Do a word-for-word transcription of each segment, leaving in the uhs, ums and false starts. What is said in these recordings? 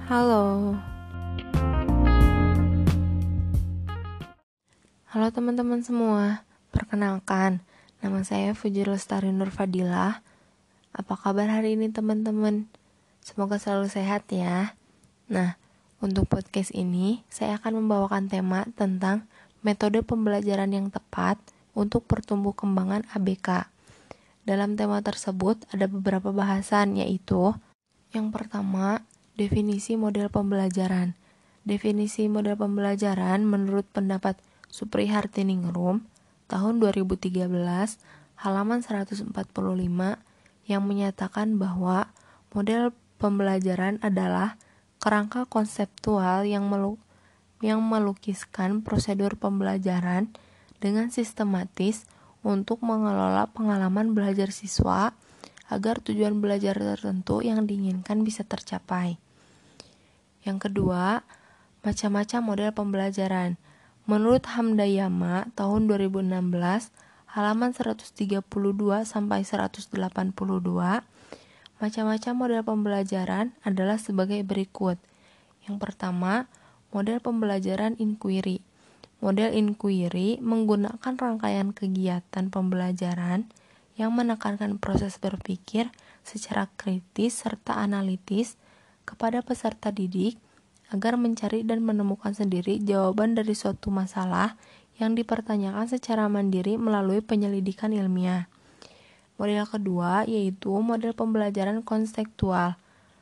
Halo. Halo teman-teman semua. Perkenalkan, nama saya Fuji Lestari Nur Fadilah. Apa kabar hari ini teman-teman? Semoga selalu sehat ya. Nah, untuk podcast ini saya akan membawakan tema tentang metode pembelajaran yang tepat untuk pertumbuh kembangan A B K. Dalam tema tersebut ada beberapa bahasan, yaitu yang pertama, definisi model pembelajaran. Definisi model pembelajaran menurut pendapat Supri Hartiningrum tahun dua ribu tiga belas halaman seratus empat puluh lima yang menyatakan bahwa model pembelajaran adalah kerangka konseptual yang melu- yang melukiskan prosedur pembelajaran dengan sistematis untuk mengelola pengalaman belajar siswa agar tujuan belajar tertentu yang diinginkan bisa tercapai. Yang kedua, macam-macam model pembelajaran. Menurut Hamdayama tahun dua ribu enam belas halaman seratus tiga puluh dua sampai seratus delapan puluh dua, macam-macam model pembelajaran adalah sebagai berikut. Yang pertama, model pembelajaran inquiry. Model inquiry menggunakan rangkaian kegiatan pembelajaran yang menekankan proses berpikir secara kritis serta analitis kepada peserta didik agar mencari dan menemukan sendiri jawaban dari suatu masalah yang dipertanyakan secara mandiri melalui penyelidikan ilmiah. Model kedua yaitu model pembelajaran konseptual.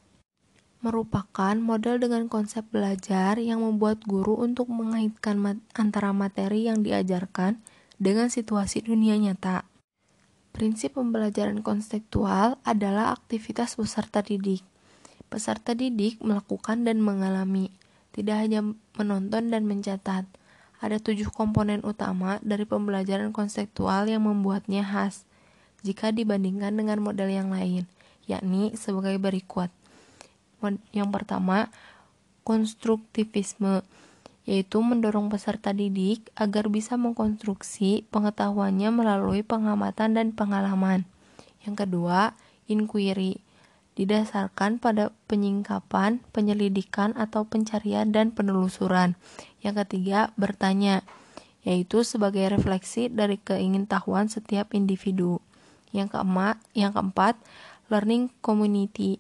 Merupakan model dengan konsep belajar yang membuat guru untuk mengaitkan mat- antara materi yang diajarkan dengan situasi dunia nyata. Prinsip pembelajaran konseptual adalah aktivitas peserta didik. Peserta didik melakukan dan mengalami, tidak hanya menonton dan mencatat. Ada tujuh komponen utama dari pembelajaran konseptual yang membuatnya khas jika dibandingkan dengan model yang lain, yakni sebagai berikut. Yang pertama, konstruktivisme, yaitu mendorong peserta didik agar bisa mengkonstruksi pengetahuannya melalui pengamatan dan pengalaman. Yang kedua, inquiry, didasarkan pada penyingkapan, penyelidikan atau pencarian dan penelusuran. Yang ketiga, bertanya, yaitu sebagai refleksi dari keingintahuan setiap individu. Yang keempat, yang keempat, learning community,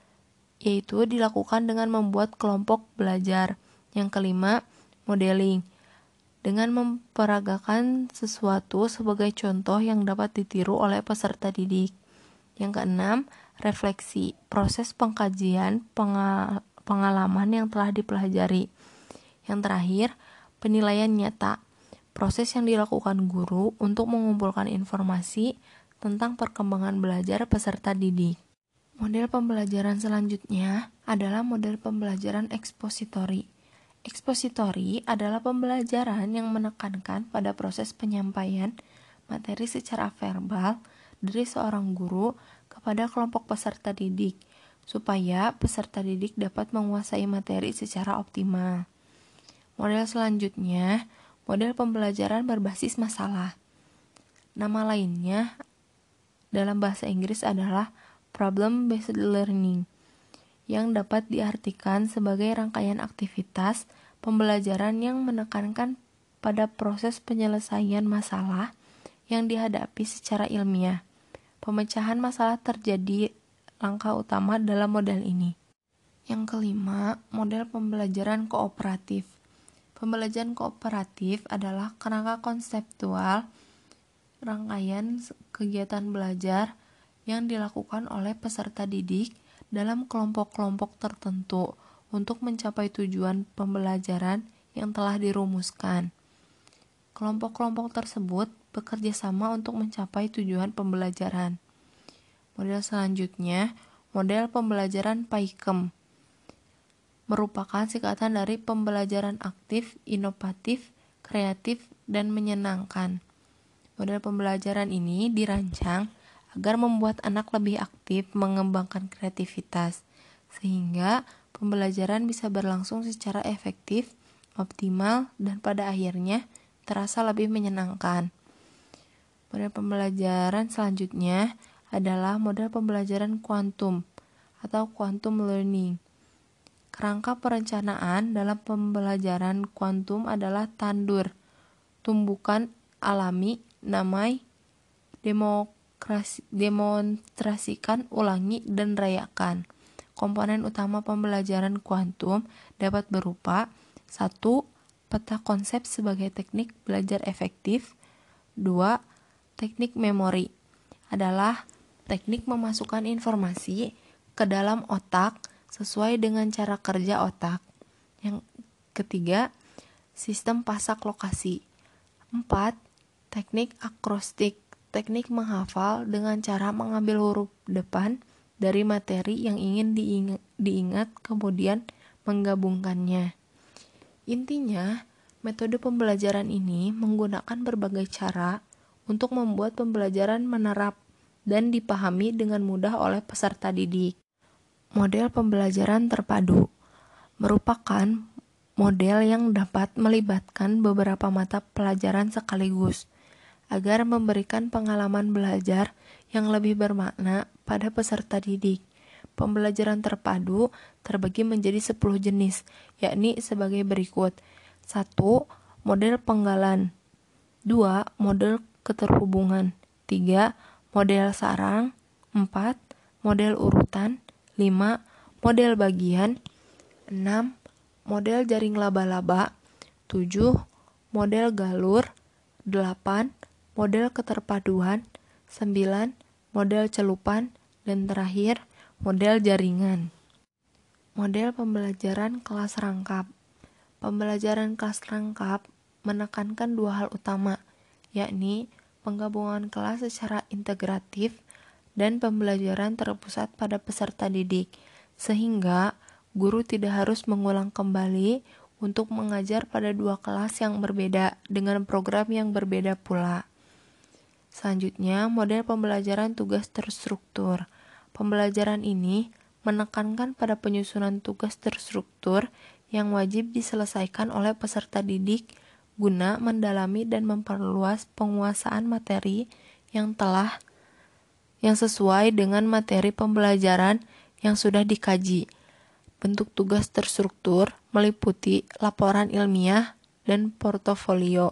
yaitu dilakukan dengan membuat kelompok belajar. Yang kelima, modeling, dengan memperagakan sesuatu sebagai contoh yang dapat ditiru oleh peserta didik. Yang keenam, refleksi, proses pengkajian pengal- pengalaman yang telah dipelajari. Yang terakhir, penilaian nyata, proses yang dilakukan guru untuk mengumpulkan informasi tentang perkembangan belajar peserta didik. Model pembelajaran selanjutnya adalah model pembelajaran ekspositori. Ekspositori adalah pembelajaran yang menekankan pada proses penyampaian materi secara verbal dari seorang guru kepada kelompok peserta didik, supaya peserta didik dapat menguasai materi secara optimal. Model selanjutnya, model pembelajaran berbasis masalah. Nama lainnya dalam bahasa Inggris adalah problem-based learning, yang dapat diartikan sebagai rangkaian aktivitas pembelajaran yang menekankan pada proses penyelesaian masalah yang dihadapi secara ilmiah. Pemecahan masalah terjadi langkah utama dalam model ini. Yang kelima, model pembelajaran kooperatif. Pembelajaran kooperatif adalah kerangka konseptual rangkaian kegiatan belajar yang dilakukan oleh peserta didik dalam kelompok-kelompok tertentu untuk mencapai tujuan pembelajaran yang telah dirumuskan. Kelompok-kelompok tersebut bekerja sama untuk mencapai tujuan pembelajaran. Model selanjutnya, model pembelajaran Paikem, merupakan singkatan dari pembelajaran aktif, inovatif, kreatif, dan menyenangkan. Model pembelajaran ini dirancang agar membuat anak lebih aktif mengembangkan kreativitas, sehingga pembelajaran bisa berlangsung secara efektif, optimal, dan pada akhirnya terasa lebih menyenangkan. Model pembelajaran selanjutnya adalah model pembelajaran kuantum atau quantum learning. Kerangka perencanaan dalam pembelajaran kuantum adalah tandur, tumbukan alami, namai, demokrasi, demonstrasikan, ulangi, dan rayakan. Komponen utama pembelajaran kuantum dapat berupa satu. Peta konsep sebagai teknik belajar efektif. Dua. Teknik memori adalah teknik memasukkan informasi ke dalam otak sesuai dengan cara kerja otak. Yang ketiga, sistem pasak lokasi. Empat. Teknik akrostik, teknik menghafal dengan cara mengambil huruf depan dari materi yang ingin diingat, diingat kemudian menggabungkannya. Intinya, metode pembelajaran ini menggunakan berbagai cara untuk membuat pembelajaran menerap dan dipahami dengan mudah oleh peserta didik. Model pembelajaran terpadu merupakan model yang dapat melibatkan beberapa mata pelajaran sekaligus agar memberikan pengalaman belajar yang lebih bermakna pada peserta didik. Pembelajaran terpadu terbagi menjadi sepuluh jenis, yakni sebagai berikut. satu. Model penggalan. Dua. Model keterhubungan. Tiga. Model sarang. Empat. Model urutan. Lima. Model bagian. Enam. Model jaring laba-laba. Tujuh. Model galur. Delapan. Model keterpaduan. Sembilan. Model celupan. Dan terakhir, model jaringan. Model pembelajaran kelas rangkap. Pembelajaran kelas rangkap menekankan dua hal utama, yakni penggabungan kelas secara integratif dan pembelajaran terpusat pada peserta didik, sehingga guru tidak harus mengulang kembali untuk mengajar pada dua kelas yang berbeda dengan program yang berbeda pula. Selanjutnya, model pembelajaran tugas terstruktur. Pembelajaran ini menekankan pada penyusunan tugas terstruktur yang wajib diselesaikan oleh peserta didik guna mendalami dan memperluas penguasaan materi yang telah yang sesuai dengan materi pembelajaran yang sudah dikaji. Bentuk tugas terstruktur meliputi laporan ilmiah dan portofolio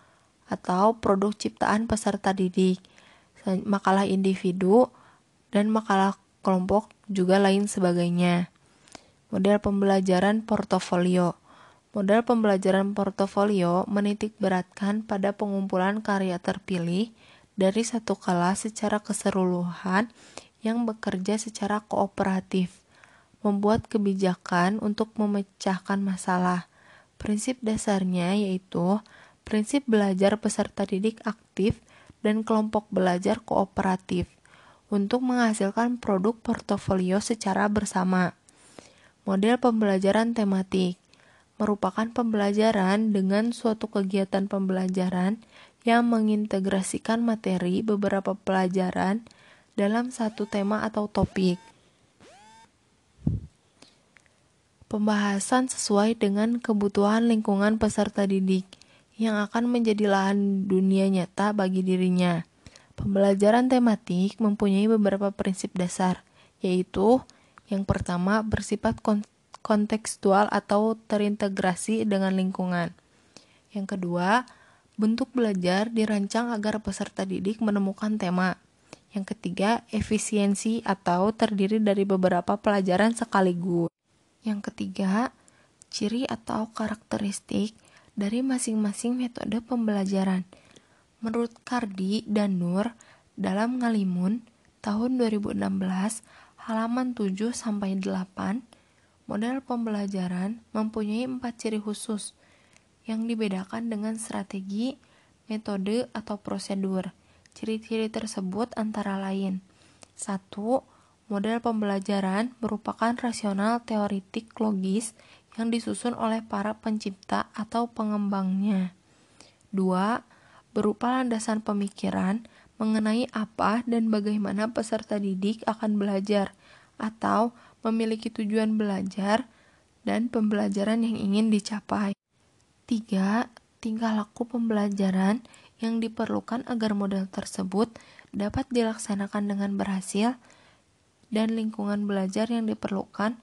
atau produk ciptaan peserta didik, makalah individu, dan makalah kelompok juga lain sebagainya. Model pembelajaran portofolio. Model pembelajaran portofolio menitik beratkan pada pengumpulan karya terpilih dari satu kelas secara keseluruhan yang bekerja secara kooperatif, membuat kebijakan untuk memecahkan masalah. Prinsip dasarnya yaitu prinsip belajar peserta didik aktif dan kelompok belajar kooperatif untuk menghasilkan produk portofolio secara bersama. Model pembelajaran tematik merupakan pembelajaran dengan suatu kegiatan pembelajaran yang mengintegrasikan materi beberapa pelajaran dalam satu tema atau topik. Pembahasan sesuai dengan kebutuhan lingkungan peserta didik yang akan menjadi lahan dunia nyata bagi dirinya. Pembelajaran tematik mempunyai beberapa prinsip dasar, yaitu yang pertama bersifat kontekstual atau terintegrasi dengan lingkungan. Yang kedua, bentuk belajar dirancang agar peserta didik menemukan tema. Yang ketiga, efisiensi atau terdiri dari beberapa pelajaran sekaligus. Yang ketiga, ciri atau karakteristik dari masing-masing metode pembelajaran. Menurut Kardi dan Nur dalam Ngalimun tahun dua ribu enam belas halaman tujuh sampai delapan, model pembelajaran mempunyai empat ciri khusus yang dibedakan dengan strategi, metode, atau prosedur. Ciri-ciri tersebut antara lain: satu. Model pembelajaran merupakan rasional teoritik logis yang disusun oleh para pencipta atau pengembangnya. Dua. Berupa landasan pemikiran mengenai apa dan bagaimana peserta didik akan belajar atau memiliki tujuan belajar dan pembelajaran yang ingin dicapai. Tiga. Tingkah laku pembelajaran yang diperlukan agar model tersebut dapat dilaksanakan dengan berhasil dan lingkungan belajar yang diperlukan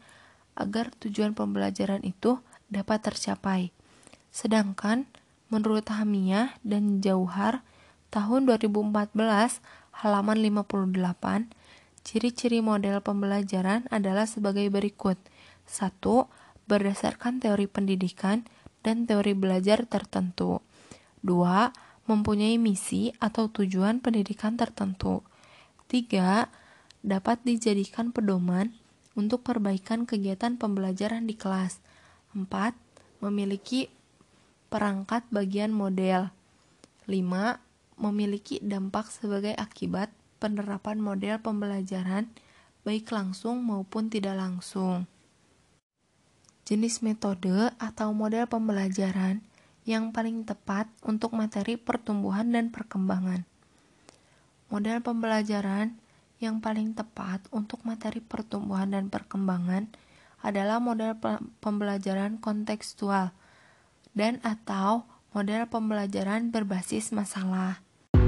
agar tujuan pembelajaran itu dapat tercapai. Sedangkan menurut Hamiyah dan Jauhar tahun dua ribu empat belas halaman lima puluh delapan, ciri-ciri model pembelajaran adalah sebagai berikut. satu. Berdasarkan teori pendidikan dan teori belajar tertentu. dua. Mempunyai misi atau tujuan pendidikan tertentu. tiga. Dapat dijadikan pedoman untuk perbaikan kegiatan pembelajaran di kelas. empat. Memiliki perangkat bagian model. lima. Memiliki dampak sebagai akibat penerapan model pembelajaran baik langsung maupun tidak langsung. Jenis metode atau model pembelajaran yang paling tepat untuk materi pertumbuhan dan perkembangan. Model pembelajaran yang paling tepat untuk materi pertumbuhan dan perkembangan adalah model pembelajaran kontekstual dan atau model pembelajaran berbasis masalah.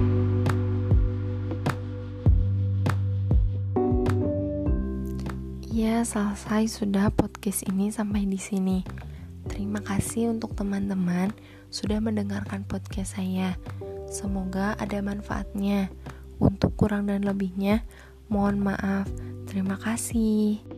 Ya, selesai sudah podcast ini sampai di sini. Terima kasih untuk teman-teman sudah mendengarkan podcast saya. Semoga ada manfaatnya. Untuk kurang dan lebihnya, mohon maaf. Terima kasih.